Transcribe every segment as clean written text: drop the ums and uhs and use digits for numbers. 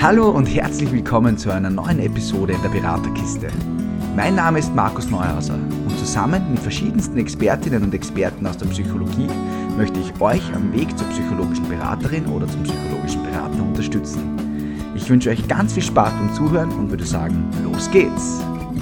Hallo und herzlich willkommen zu einer neuen Episode in der Beraterkiste. Mein Name ist Markus Neuhauser und zusammen mit verschiedensten Expertinnen und Experten aus der Psychologie möchte ich euch am Weg zur psychologischen Beraterin oder zum psychologischen Berater unterstützen. Ich wünsche euch ganz viel Spaß beim Zuhören und würde sagen, los geht's!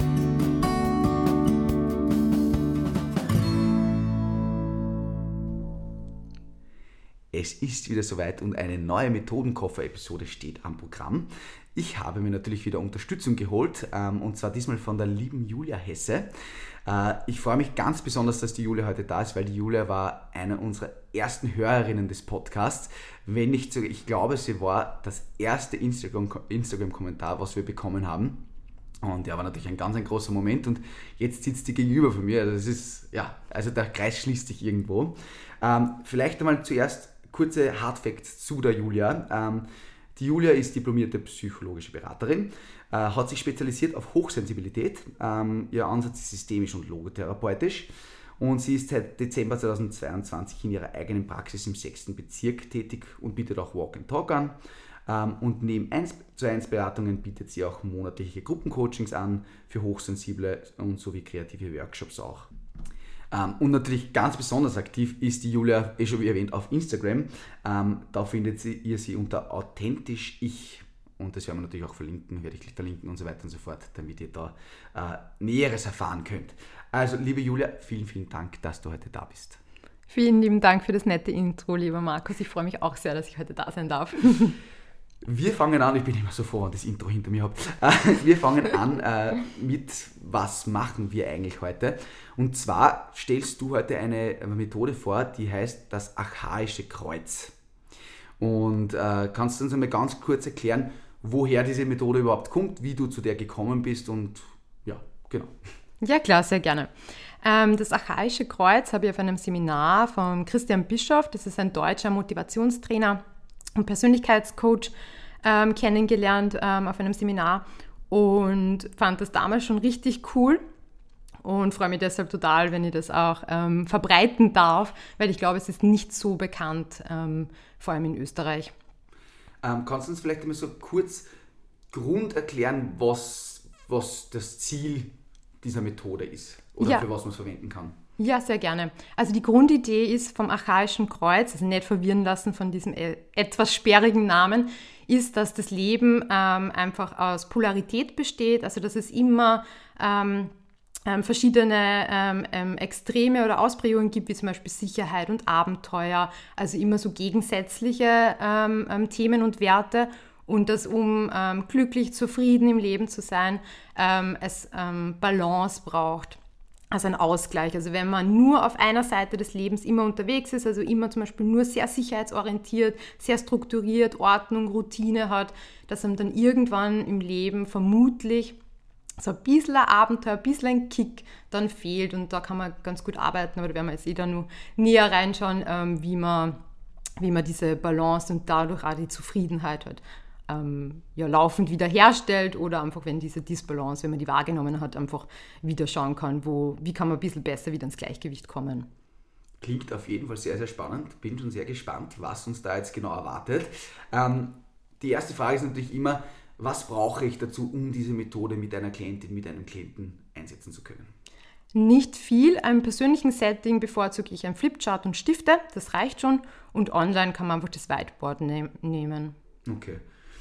Es ist wieder soweit und eine neue Methodenkoffer-Episode steht am Programm. Ich habe mir natürlich wieder Unterstützung geholt und zwar diesmal von der lieben Julia Hesse. Ich freue mich ganz besonders, dass die Julia heute da ist, weil die Julia war eine unserer ersten Hörerinnen des Podcasts. Wenn nicht sogar, ich glaube, sie war das erste Instagram-Kommentar, was wir bekommen haben. Und ja, war natürlich ein ganz großer Moment und jetzt sitzt die gegenüber von mir. Also das ist, ja, also der Kreis schließt sich irgendwo. Vielleicht einmal zuerst kurze Hardfacts zu der Julia. Die Julia ist diplomierte psychologische Beraterin, hat sich spezialisiert auf Hochsensibilität. Ihr Ansatz ist systemisch und logotherapeutisch und sie ist seit Dezember 2022 in ihrer eigenen Praxis im 6. Bezirk tätig und bietet auch Walk and Talk an. Und neben 1:1 Beratungen bietet sie auch monatliche Gruppencoachings an für Hochsensible und sowie kreative Workshops auch. Und natürlich ganz besonders aktiv ist die Julia, schon wie erwähnt, auf Instagram. Da findet ihr sie unter authentisch ich. Und das werden wir natürlich auch verlinken, werde ich verlinken und so weiter und so fort, damit ihr da Näheres erfahren könnt. Also, liebe Julia, vielen, vielen Dank, dass du heute da bist. Vielen lieben Dank für das nette Intro, lieber Markus. Ich freue mich auch sehr, dass ich heute da sein darf. Wir fangen an, ich bin immer so froh, wenn das Intro hinter mir habe. Wir fangen an mit, was machen wir eigentlich heute? Und zwar stellst du heute eine Methode vor, die heißt das Archaische Kreuz. Und kannst du uns einmal ganz kurz erklären, woher diese Methode überhaupt kommt, wie du zu der gekommen bist und ja, genau. Ja klar, sehr gerne. Das Archaische Kreuz habe ich auf einem Seminar von Christian Bischoff, das ist ein deutscher Motivationstrainer und Persönlichkeitscoach, kennengelernt auf einem Seminar und fand das damals schon richtig cool und freue mich deshalb total, wenn ich das auch verbreiten darf, weil ich glaube, es ist nicht so bekannt, vor allem in Österreich. Kannst du uns vielleicht einmal so kurz Grund erklären, was das Ziel dieser Methode ist oder für was man es verwenden kann? Ja, sehr gerne. Also die Grundidee ist vom Archaischen Kreuz, also nicht verwirren lassen von diesem etwas sperrigen Namen, ist, dass das Leben einfach aus Polarität besteht, also dass es immer verschiedene Extreme oder Ausprägungen gibt, wie zum Beispiel Sicherheit und Abenteuer, also immer so gegensätzliche Themen und Werte. Und dass um glücklich, zufrieden im Leben zu sein, es Balance braucht. Also ein Ausgleich. Also wenn man nur auf einer Seite des Lebens immer unterwegs ist, also immer zum Beispiel nur sehr sicherheitsorientiert, sehr strukturiert, Ordnung, Routine hat, dass einem dann irgendwann im Leben vermutlich so ein bisschen ein Abenteuer, ein bisschen ein Kick dann fehlt. Und da kann man ganz gut arbeiten, aber da werden wir jetzt dann noch näher reinschauen, wie man diese Balance und dadurch auch die Zufriedenheit hat. Laufend wiederherstellt oder einfach, wenn diese Disbalance, wenn man die wahrgenommen hat, einfach wieder schauen kann, wie kann man ein bisschen besser wieder ins Gleichgewicht kommen. Klingt auf jeden Fall sehr, sehr spannend. Bin schon sehr gespannt, was uns da jetzt genau erwartet. Die erste Frage ist natürlich immer, was brauche ich dazu, um diese Methode mit einer Klientin, mit einem Klienten einsetzen zu können? Nicht viel. Im persönlichen Setting bevorzuge ich ein Flipchart und Stifte, das reicht schon. Und online kann man einfach das Whiteboard nehmen. Okay.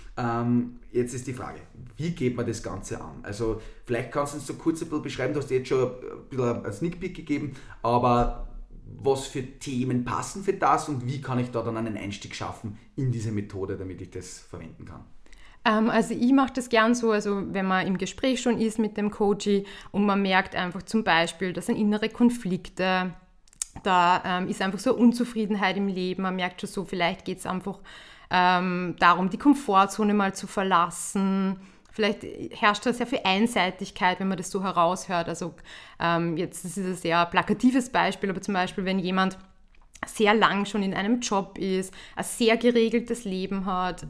Jetzt ist die Frage, wie geht man das Ganze an? Also vielleicht kannst du uns so kurz ein bisschen beschreiben, du hast jetzt schon ein bisschen einen Sneak Peek gegeben, aber was für Themen passen für das und wie kann ich da dann einen Einstieg schaffen in diese Methode, damit ich das verwenden kann? Also ich mache das gern so, also wenn man im Gespräch schon ist mit dem Coachie und man merkt einfach zum Beispiel, das sind innere Konflikte, da ist einfach so Unzufriedenheit im Leben, man merkt schon so, vielleicht geht es einfach darum, die Komfortzone mal zu verlassen. Vielleicht herrscht da sehr viel Einseitigkeit, wenn man das so heraushört. Also jetzt das ist ein sehr plakatives Beispiel, aber zum Beispiel, wenn jemand sehr lang schon in einem Job ist, ein sehr geregeltes Leben hat,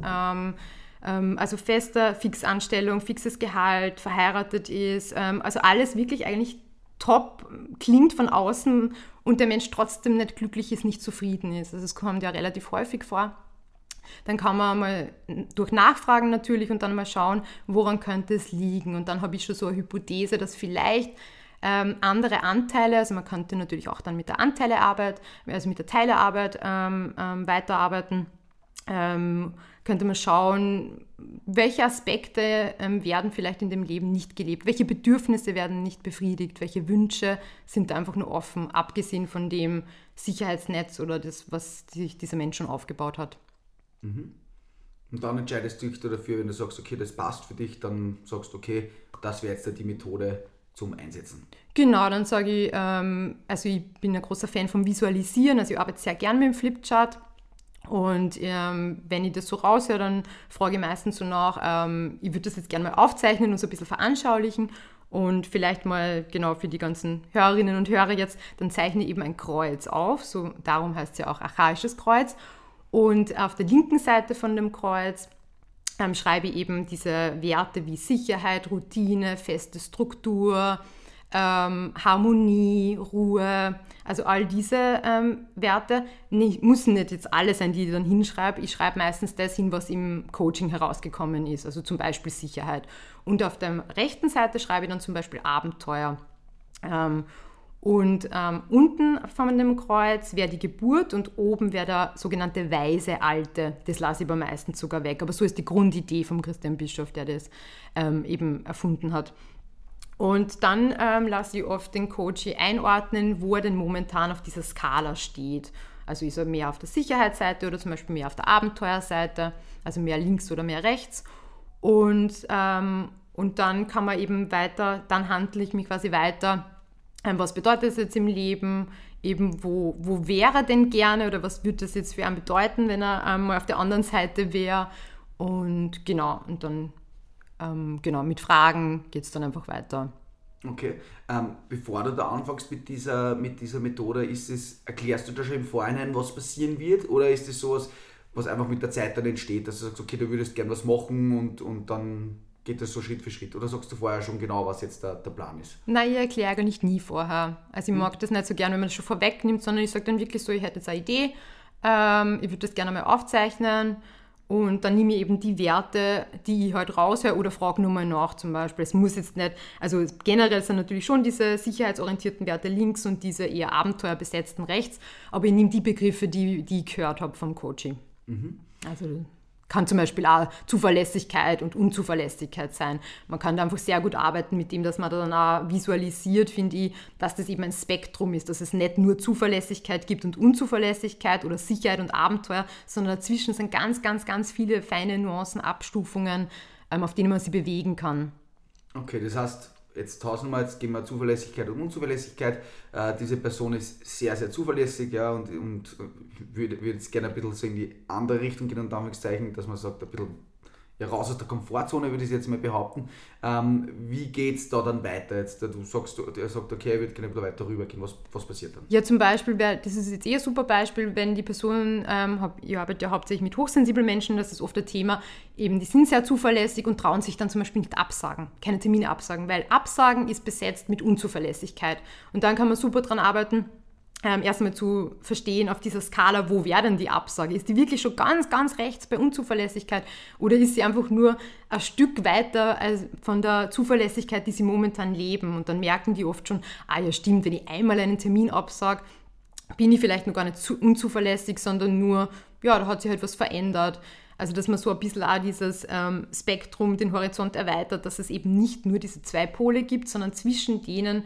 also feste Fixanstellung, fixes Gehalt, verheiratet ist, also alles wirklich eigentlich top klingt von außen und der Mensch trotzdem nicht glücklich ist, nicht zufrieden ist. Also es kommt ja relativ häufig vor. Dann kann man mal durch Nachfragen natürlich und dann mal schauen, woran könnte es liegen. Und dann habe ich schon so eine Hypothese, dass vielleicht andere Anteile, also man könnte natürlich auch dann mit der Anteilearbeit, also mit der Teilearbeit weiterarbeiten, könnte man schauen, welche Aspekte werden vielleicht in dem Leben nicht gelebt, welche Bedürfnisse werden nicht befriedigt, welche Wünsche sind da einfach nur offen, abgesehen von dem Sicherheitsnetz oder das, was sich dieser Mensch schon aufgebaut hat. Mhm. Und dann entscheidest du dich dafür, wenn du sagst, okay, das passt für dich, dann sagst du, okay, das wäre jetzt die Methode zum Einsetzen. Genau, dann sage ich, also ich bin ein großer Fan vom Visualisieren, also ich arbeite sehr gern mit dem Flipchart. Und wenn ich das so raushöre, dann frage ich meistens so nach, ich würde das jetzt gerne mal aufzeichnen und so ein bisschen veranschaulichen und vielleicht mal genau für die ganzen Hörerinnen und Hörer jetzt, dann zeichne ich eben ein Kreuz auf, so darum heißt es ja auch archaisches Kreuz. Und auf der linken Seite von dem Kreuz schreibe ich eben diese Werte wie Sicherheit, Routine, feste Struktur, Harmonie, Ruhe, also all diese Werte müssen nicht jetzt alle sein, die ich dann hinschreibe. Ich schreibe meistens das hin, was im Coaching herausgekommen ist, also zum Beispiel Sicherheit. Und auf der rechten Seite schreibe ich dann zum Beispiel Abenteuer. Unten von dem Kreuz wäre die Geburt und oben wäre der sogenannte weise Alte. Das lasse ich aber meistens sogar weg. Aber so ist die Grundidee von Christian Bischoff, der das eben erfunden hat. Und dann lasse ich oft den Coach einordnen, wo er denn momentan auf dieser Skala steht. Also ist er mehr auf der Sicherheitsseite oder zum Beispiel mehr auf der Abenteuerseite, also mehr links oder mehr rechts. Und dann kann man eben weiter, dann handle ich mich quasi weiter. Was bedeutet das jetzt im Leben? Eben, wo wäre er denn gerne oder was würde das jetzt für ihn bedeuten, wenn er mal auf der anderen Seite wäre? Und genau, und dann mit Fragen geht es dann einfach weiter. Okay, bevor du da anfängst mit dieser Methode, erklärst du da schon im Vorhinein, was passieren wird? Oder ist es sowas, was einfach mit der Zeit dann entsteht, dass du sagst, okay, du würdest gerne was machen und dann geht das so Schritt für Schritt? Oder sagst du vorher schon genau, was jetzt der Plan ist? Nein, ich erkläre gar nicht nie vorher. Also ich mag das nicht so gerne, wenn man das schon vorwegnimmt, sondern ich sage dann wirklich so, ich hätte jetzt eine Idee, ich würde das gerne mal aufzeichnen. Und dann nehme ich eben die Werte, die ich halt raushöre oder frage nur mal nach zum Beispiel. Es muss jetzt nicht, also generell sind natürlich schon diese sicherheitsorientierten Werte links und diese eher abenteuerbesetzten rechts, aber ich nehme die Begriffe, die ich gehört habe vom Coaching. Mhm. Also kann zum Beispiel auch Zuverlässigkeit und Unzuverlässigkeit sein. Man kann da einfach sehr gut arbeiten mit dem, dass man dann auch visualisiert, finde ich, dass das eben ein Spektrum ist, dass es nicht nur Zuverlässigkeit gibt und Unzuverlässigkeit oder Sicherheit und Abenteuer, sondern dazwischen sind ganz, ganz, ganz viele feine Nuancen, Abstufungen, auf denen man sich bewegen kann. Okay, das heißt, jetzt gehen wir Zuverlässigkeit und Unzuverlässigkeit. Diese Person ist sehr, sehr zuverlässig, ja, und würde jetzt gerne ein bisschen so in die andere Richtung gehen, unter Anführungszeichen, dass man sagt, ein bisschen raus aus der Komfortzone, würde ich jetzt mal behaupten. Wie geht es da dann weiter? Jetzt, er sagt, okay, er würde gerne ein bisschen weiter rübergehen. Was passiert dann? Ja, zum Beispiel, das ist jetzt ein super Beispiel, wenn die Person, ich arbeite ja hauptsächlich mit hochsensiblen Menschen, das ist oft ein Thema, eben die sind sehr zuverlässig und trauen sich dann zum Beispiel nicht absagen, keine Termine absagen, weil Absagen ist besetzt mit Unzuverlässigkeit. Und dann kann man super dran arbeiten, erstmal zu verstehen auf dieser Skala, wo wäre denn die Absage? Ist die wirklich schon ganz, ganz rechts bei Unzuverlässigkeit oder ist sie einfach nur ein Stück weiter von der Zuverlässigkeit, die sie momentan leben? Und dann merken die oft schon, ja stimmt, wenn ich einmal einen Termin absage, bin ich vielleicht noch gar nicht unzuverlässig, sondern nur, ja, da hat sich halt was verändert. Also dass man so ein bisschen auch dieses Spektrum, den Horizont erweitert, dass es eben nicht nur diese zwei Pole gibt, sondern zwischen denen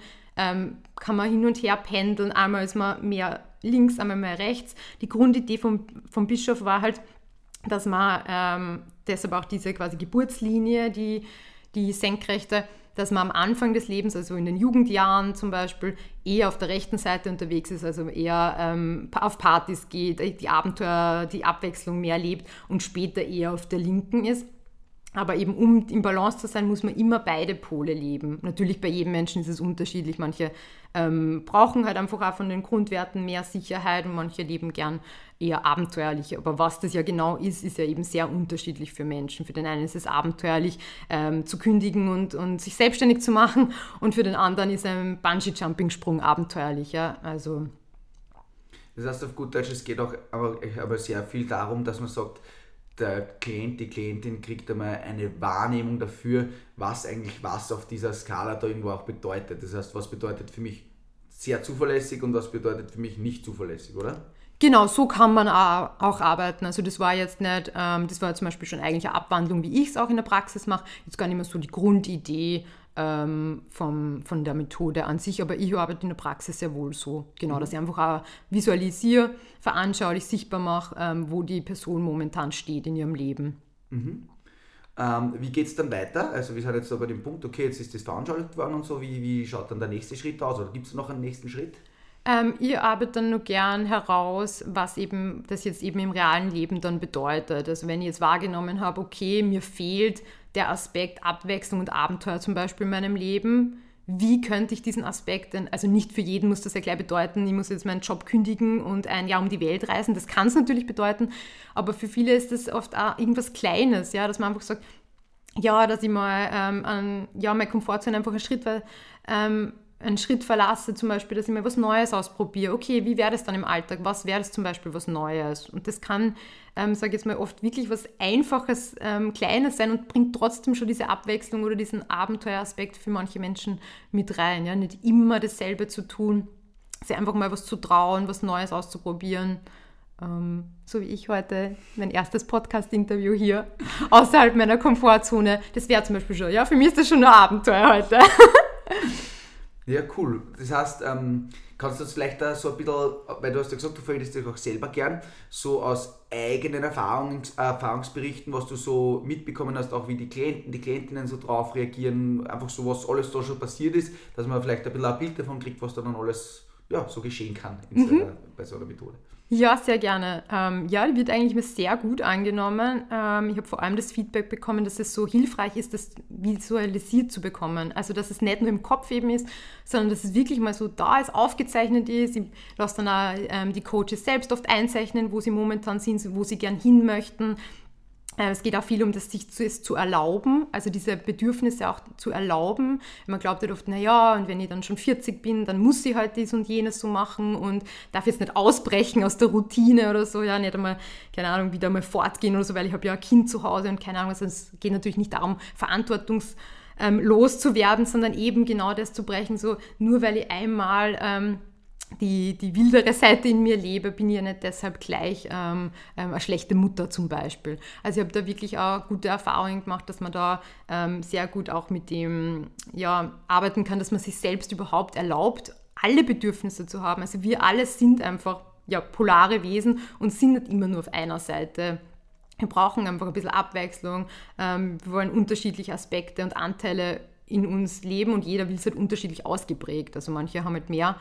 kann man hin und her pendeln. Einmal ist man mehr links, einmal mehr rechts. Die Grundidee vom Bischof war halt, dass man deshalb auch diese quasi Geburtslinie, die senkrechte, dass man am Anfang des Lebens, also in den Jugendjahren zum Beispiel, eher auf der rechten Seite unterwegs ist, also eher auf Partys geht, die Abenteuer, die Abwechslung mehr lebt und später eher auf der linken ist. Aber eben, um im Balance zu sein, muss man immer beide Pole leben. Natürlich bei jedem Menschen ist es unterschiedlich. Manche brauchen halt einfach auch von den Grundwerten mehr Sicherheit und manche leben gern eher abenteuerlich. Aber was das ja genau ist ja eben sehr unterschiedlich für Menschen. Für den einen ist es abenteuerlich, zu kündigen und sich selbstständig zu machen. Und für den anderen ist ein Bungee-Jumping-Sprung abenteuerlich. Ja? Also das heißt auf gut Deutsch, es geht auch aber sehr viel darum, dass man sagt, der Klient, die Klientin kriegt einmal eine Wahrnehmung dafür, was eigentlich was auf dieser Skala da irgendwo auch bedeutet. Das heißt, was bedeutet für mich sehr zuverlässig und was bedeutet für mich nicht zuverlässig, oder? Genau, so kann man auch arbeiten. Also das war jetzt nicht, das war zum Beispiel schon eigentlich eine Abwandlung, wie ich es auch in der Praxis mache. Jetzt gar nicht mehr so die Grundidee von der Methode an sich, aber ich arbeite in der Praxis sehr wohl so. Genau, dass ich einfach auch visualisiere, veranschaulich sichtbar mache, wo die Person momentan steht in ihrem Leben. Wie geht es dann weiter? Also wir sind jetzt da bei dem Punkt, okay, jetzt ist das veranschaulicht worden und so, wie schaut dann der nächste Schritt aus? Oder gibt es noch einen nächsten Schritt? Ich arbeite dann nur gern heraus, was eben das jetzt eben im realen Leben dann bedeutet. Also wenn ich jetzt wahrgenommen habe, okay, mir fehlt der Aspekt Abwechslung und Abenteuer zum Beispiel in meinem Leben, wie könnte ich diesen Aspekt denn, also nicht für jeden muss das ja gleich bedeuten, ich muss jetzt meinen Job kündigen und ein Jahr um die Welt reisen, das kann es natürlich bedeuten, aber für viele ist das oft auch irgendwas Kleines, ja, dass man einfach sagt, ja, dass ich mal meine Komfortzone einfach einen Schritt verlasse, zum Beispiel, dass ich mal was Neues ausprobiere. Okay, wie wäre das dann im Alltag? Was wäre das zum Beispiel was Neues? Und das kann, sage ich jetzt mal, oft wirklich was Einfaches, Kleines sein und bringt trotzdem schon diese Abwechslung oder diesen Abenteueraspekt für manche Menschen mit rein. Ja? Nicht immer dasselbe zu tun, sich einfach mal was zu trauen, was Neues auszuprobieren. So wie ich heute, mein erstes Podcast-Interview hier, außerhalb meiner Komfortzone. Das wäre zum Beispiel schon, ja, für mich ist das schon ein Abenteuer heute. Ja, cool. Das heißt, kannst du das vielleicht da so ein bisschen, weil du hast ja gesagt, du verwendest dich auch selber gern, so aus eigenen Erfahrungsberichten, was du so mitbekommen hast, auch wie die Klienten, die Klientinnen so drauf reagieren, einfach so, was alles da schon passiert ist, dass man vielleicht ein bisschen ein Bild davon kriegt, was da dann alles so geschehen kann bei so einer Methode. Ja, sehr gerne. Die wird eigentlich mir sehr gut angenommen. Ich habe vor allem das Feedback bekommen, dass es so hilfreich ist, das visualisiert zu bekommen. Also, dass es nicht nur im Kopf eben ist, sondern dass es wirklich mal so da ist, aufgezeichnet ist. Ich lasse dann auch die Coaches selbst oft einzeichnen, wo sie momentan sind, wo sie gern hin möchten. Es geht auch viel um das, sich zu erlauben, also diese Bedürfnisse auch zu erlauben. Man glaubt halt oft, naja, und wenn ich dann schon 40 bin, dann muss ich halt dies und jenes so machen und darf jetzt nicht ausbrechen aus der Routine oder so, ja, nicht einmal, keine Ahnung, wieder mal fortgehen oder so, weil ich habe ja ein Kind zu Hause und keine Ahnung, also es geht natürlich nicht darum, verantwortungslos zu werden, sondern eben genau das zu brechen, so nur weil ich einmal die wildere Seite in mir lebe, bin ich ja nicht deshalb gleich eine schlechte Mutter zum Beispiel. Also ich habe da wirklich auch gute Erfahrungen gemacht, dass man da sehr gut auch mit dem arbeiten kann, dass man sich selbst überhaupt erlaubt, alle Bedürfnisse zu haben. Also wir alle sind einfach polare Wesen und sind nicht immer nur auf einer Seite. Wir brauchen einfach ein bisschen Abwechslung. Wir wollen unterschiedliche Aspekte und Anteile in uns leben und jeder will es halt unterschiedlich ausgeprägt. Also manche haben halt mehr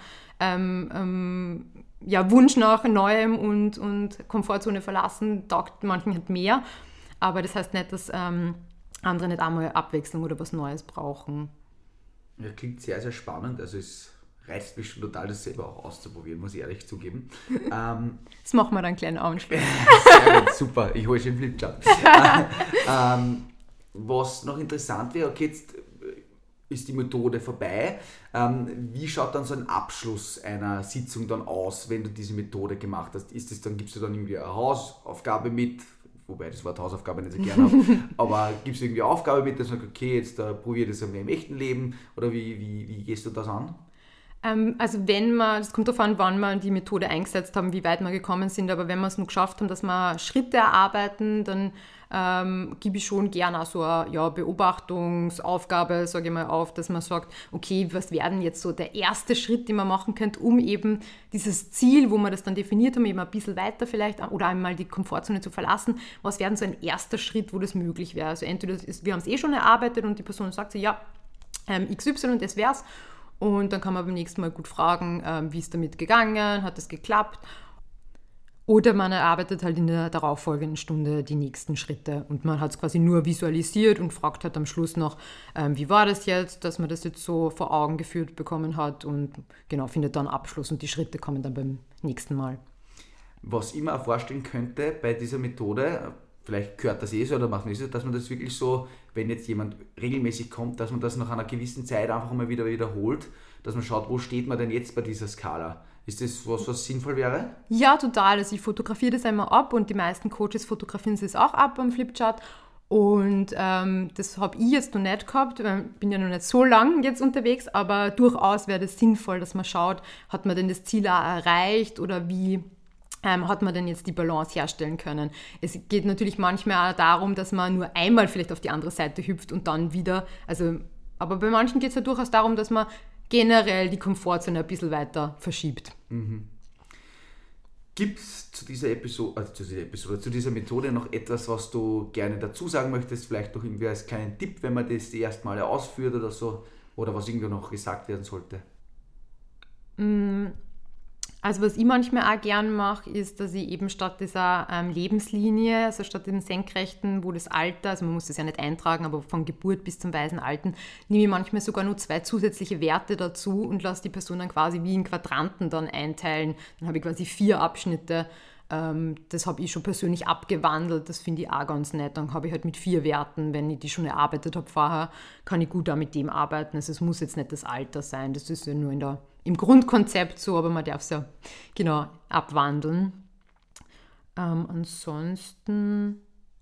Wunsch nach Neuem und Komfortzone verlassen, taugt manchen halt mehr. Aber das heißt nicht, dass andere nicht einmal Abwechslung oder was Neues brauchen. Ja, klingt sehr, sehr spannend. Also es reizt mich schon total, das selber auch auszuprobieren, muss ich ehrlich zugeben. Das machen wir dann einen kleinen Anschluss. Sehr gut, super, ich hole schon den Flipchart. Was noch interessant wäre, okay, jetzt ist die Methode vorbei. Wie schaut dann so ein Abschluss einer Sitzung dann aus, wenn du diese Methode gemacht hast? Gibst du dann irgendwie eine Hausaufgabe mit, wobei das Wort Hausaufgabe nicht so gerne habe, aber gibst du irgendwie eine Aufgabe mit, dass du sagst, okay, jetzt probiere das im echten Leben, oder wie gehst du das an? Also das kommt darauf an, wann wir die Methode eingesetzt haben, wie weit wir gekommen sind, aber wenn wir es nur geschafft haben, dass wir Schritte erarbeiten, dann gebe ich schon gerne auch so eine Beobachtungsaufgabe, sage ich mal, auf, dass man sagt, okay, was wäre denn jetzt so der erste Schritt, den man machen könnte, um eben dieses Ziel, wo wir das dann definiert haben, eben ein bisschen weiter vielleicht oder einmal die Komfortzone zu verlassen, was wäre denn so ein erster Schritt, wo das möglich wäre? Also entweder wir haben es schon erarbeitet und die Person sagt so, ja, XY, das wär's. Und dann kann man beim nächsten Mal gut fragen, wie ist damit gegangen, hat es geklappt? Oder man erarbeitet halt in der darauffolgenden Stunde die nächsten Schritte und man hat es quasi nur visualisiert und fragt halt am Schluss noch, wie war das jetzt, dass man das jetzt so vor Augen geführt bekommen hat und genau, findet dann Abschluss und die Schritte kommen dann beim nächsten Mal. Was ich mir auch vorstellen könnte bei dieser Methode, vielleicht gehört das so oder macht man so, dass man das wirklich so, wenn jetzt jemand regelmäßig kommt, dass man das nach einer gewissen Zeit einfach mal wieder wiederholt, dass man schaut, wo steht man denn jetzt bei dieser Skala? Ist das was sinnvoll wäre? Ja, total. Also ich fotografiere das einmal ab und die meisten Coaches fotografieren es auch ab am Flipchart. Und das habe ich jetzt noch nicht gehabt, bin ja noch nicht so lang jetzt unterwegs, aber durchaus wäre das sinnvoll, dass man schaut, hat man denn das Ziel auch erreicht oder wie hat man denn jetzt die Balance herstellen können. Es geht natürlich manchmal auch darum, dass man nur einmal vielleicht auf die andere Seite hüpft und dann wieder, aber bei manchen geht es ja durchaus darum, dass man generell die Komfortzone ein bisschen weiter verschiebt. Gibt es zu dieser Methode noch etwas, was du gerne dazu sagen möchtest? Vielleicht noch irgendwie als kleinen Tipp, wenn man das die ersten Male ausführt oder so, oder was irgendwie noch gesagt werden sollte? Also was ich manchmal auch gern mache, ist, dass ich eben statt dieser Lebenslinie, also statt dem Senkrechten, wo das Alter, also man muss das ja nicht eintragen, aber von Geburt bis zum weisen Alten, nehme ich manchmal sogar nur 2 zusätzliche Werte dazu und lasse die Person dann quasi wie in Quadranten dann einteilen. Dann habe ich quasi 4 Abschnitte. Das habe ich schon persönlich abgewandelt, das finde ich auch ganz nett. Dann habe ich halt mit 4 Werten, wenn ich die schon erarbeitet habe vorher, kann ich gut auch mit dem arbeiten. Also es muss jetzt nicht das Alter sein, das ist ja nur im Grundkonzept so, aber man darf es ja genau abwandeln. Ansonsten,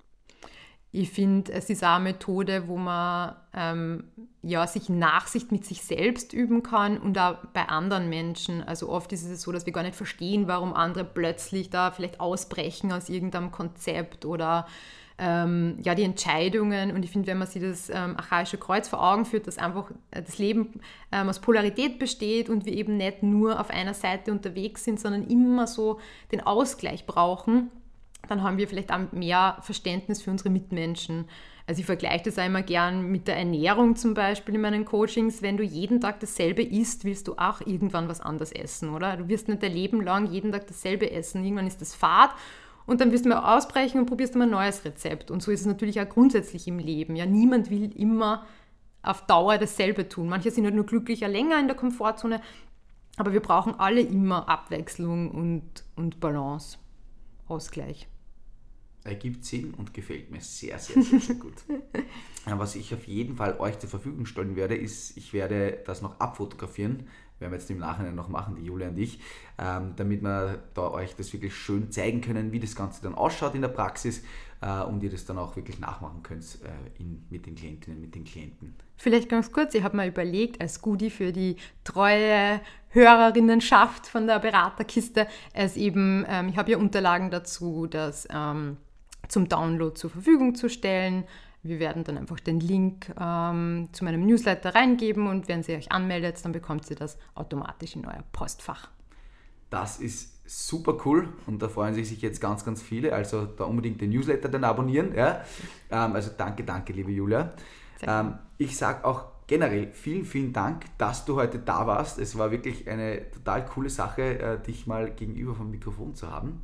ich finde, es ist auch eine Methode, wo man sich Nachsicht mit sich selbst üben kann und auch bei anderen Menschen. Also oft ist es so, dass wir gar nicht verstehen, warum andere plötzlich da vielleicht ausbrechen aus irgendeinem Konzept oder die Entscheidungen. Und ich finde, wenn man sich das Achaische Kreuz vor Augen führt, dass einfach das Leben aus Polarität besteht und wir eben nicht nur auf einer Seite unterwegs sind, sondern immer so den Ausgleich brauchen, dann haben wir vielleicht auch mehr Verständnis für unsere Mitmenschen. Also ich vergleiche das auch immer gern mit der Ernährung zum Beispiel in meinen Coachings. Wenn du jeden Tag dasselbe isst, willst du auch irgendwann was anderes essen, oder? Du wirst nicht dein Leben lang jeden Tag dasselbe essen. Irgendwann ist das fad und dann wirst du mal ausbrechen und probierst mal ein neues Rezept. Und so ist es natürlich auch grundsätzlich im Leben. Ja, niemand will immer auf Dauer dasselbe tun. Manche sind halt nur glücklicher länger in der Komfortzone, aber wir brauchen alle immer Abwechslung und Balance, Ausgleich. Ergibt Sinn und gefällt mir sehr, sehr, sehr, sehr gut. Was ich auf jeden Fall euch zur Verfügung stellen werde, ist, ich werde das noch abfotografieren, werden wir jetzt im Nachhinein noch machen, die Julia und ich, damit wir da euch das wirklich schön zeigen können, wie das Ganze dann ausschaut in der Praxis und ihr das dann auch wirklich nachmachen könnt mit den Klientinnen, mit den Klienten. Vielleicht ganz kurz, ich habe mir überlegt, als Goodie für die treue Hörerinnenschaft von der Beraterkiste, ich habe ja Unterlagen dazu, das zum Download zur Verfügung zu stellen. Wir werden dann einfach den Link zu meinem Newsletter reingeben und wenn ihr euch anmeldet, dann bekommt ihr das automatisch in euer Postfach. Das ist super cool und da freuen sich jetzt ganz, ganz viele. Also da unbedingt den Newsletter dann abonnieren. Ja? Also danke, liebe Julia. Ich sage auch generell vielen, vielen Dank, dass du heute da warst. Es war wirklich eine total coole Sache, dich mal gegenüber vom Mikrofon zu haben.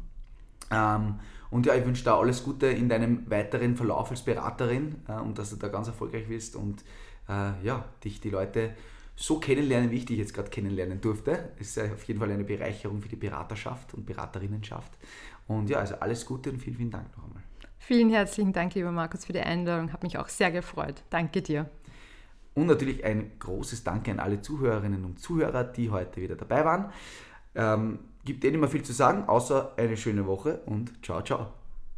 Und ja, ich wünsche dir alles Gute in deinem weiteren Verlauf als Beraterin und dass du da ganz erfolgreich wirst und dich die Leute so kennenlernen, wie ich dich jetzt gerade kennenlernen durfte. Es ist auf jeden Fall eine Bereicherung für die Beraterschaft und Beraterinnenschaft. Und ja, also alles Gute und vielen, vielen Dank noch einmal. Vielen herzlichen Dank, lieber Markus, für die Einladung. Hat mich auch sehr gefreut. Danke dir. Und natürlich ein großes Danke an alle Zuhörerinnen und Zuhörer, die heute wieder dabei waren. Gibt nicht mehr viel zu sagen, außer eine schöne Woche und ciao, ciao.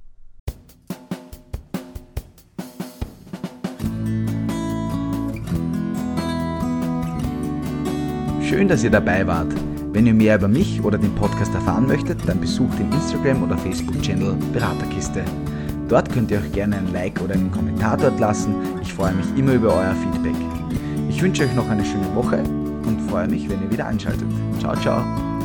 Schön, dass ihr dabei wart. Wenn ihr mehr über mich oder den Podcast erfahren möchtet, dann besucht den Instagram- oder Facebook-Channel Beraterkiste. Dort könnt ihr auch gerne ein Like oder einen Kommentar dort lassen. Ich freue mich immer über euer Feedback. Ich wünsche euch noch eine schöne Woche und freue mich, wenn ihr wieder einschaltet. Ciao, ciao.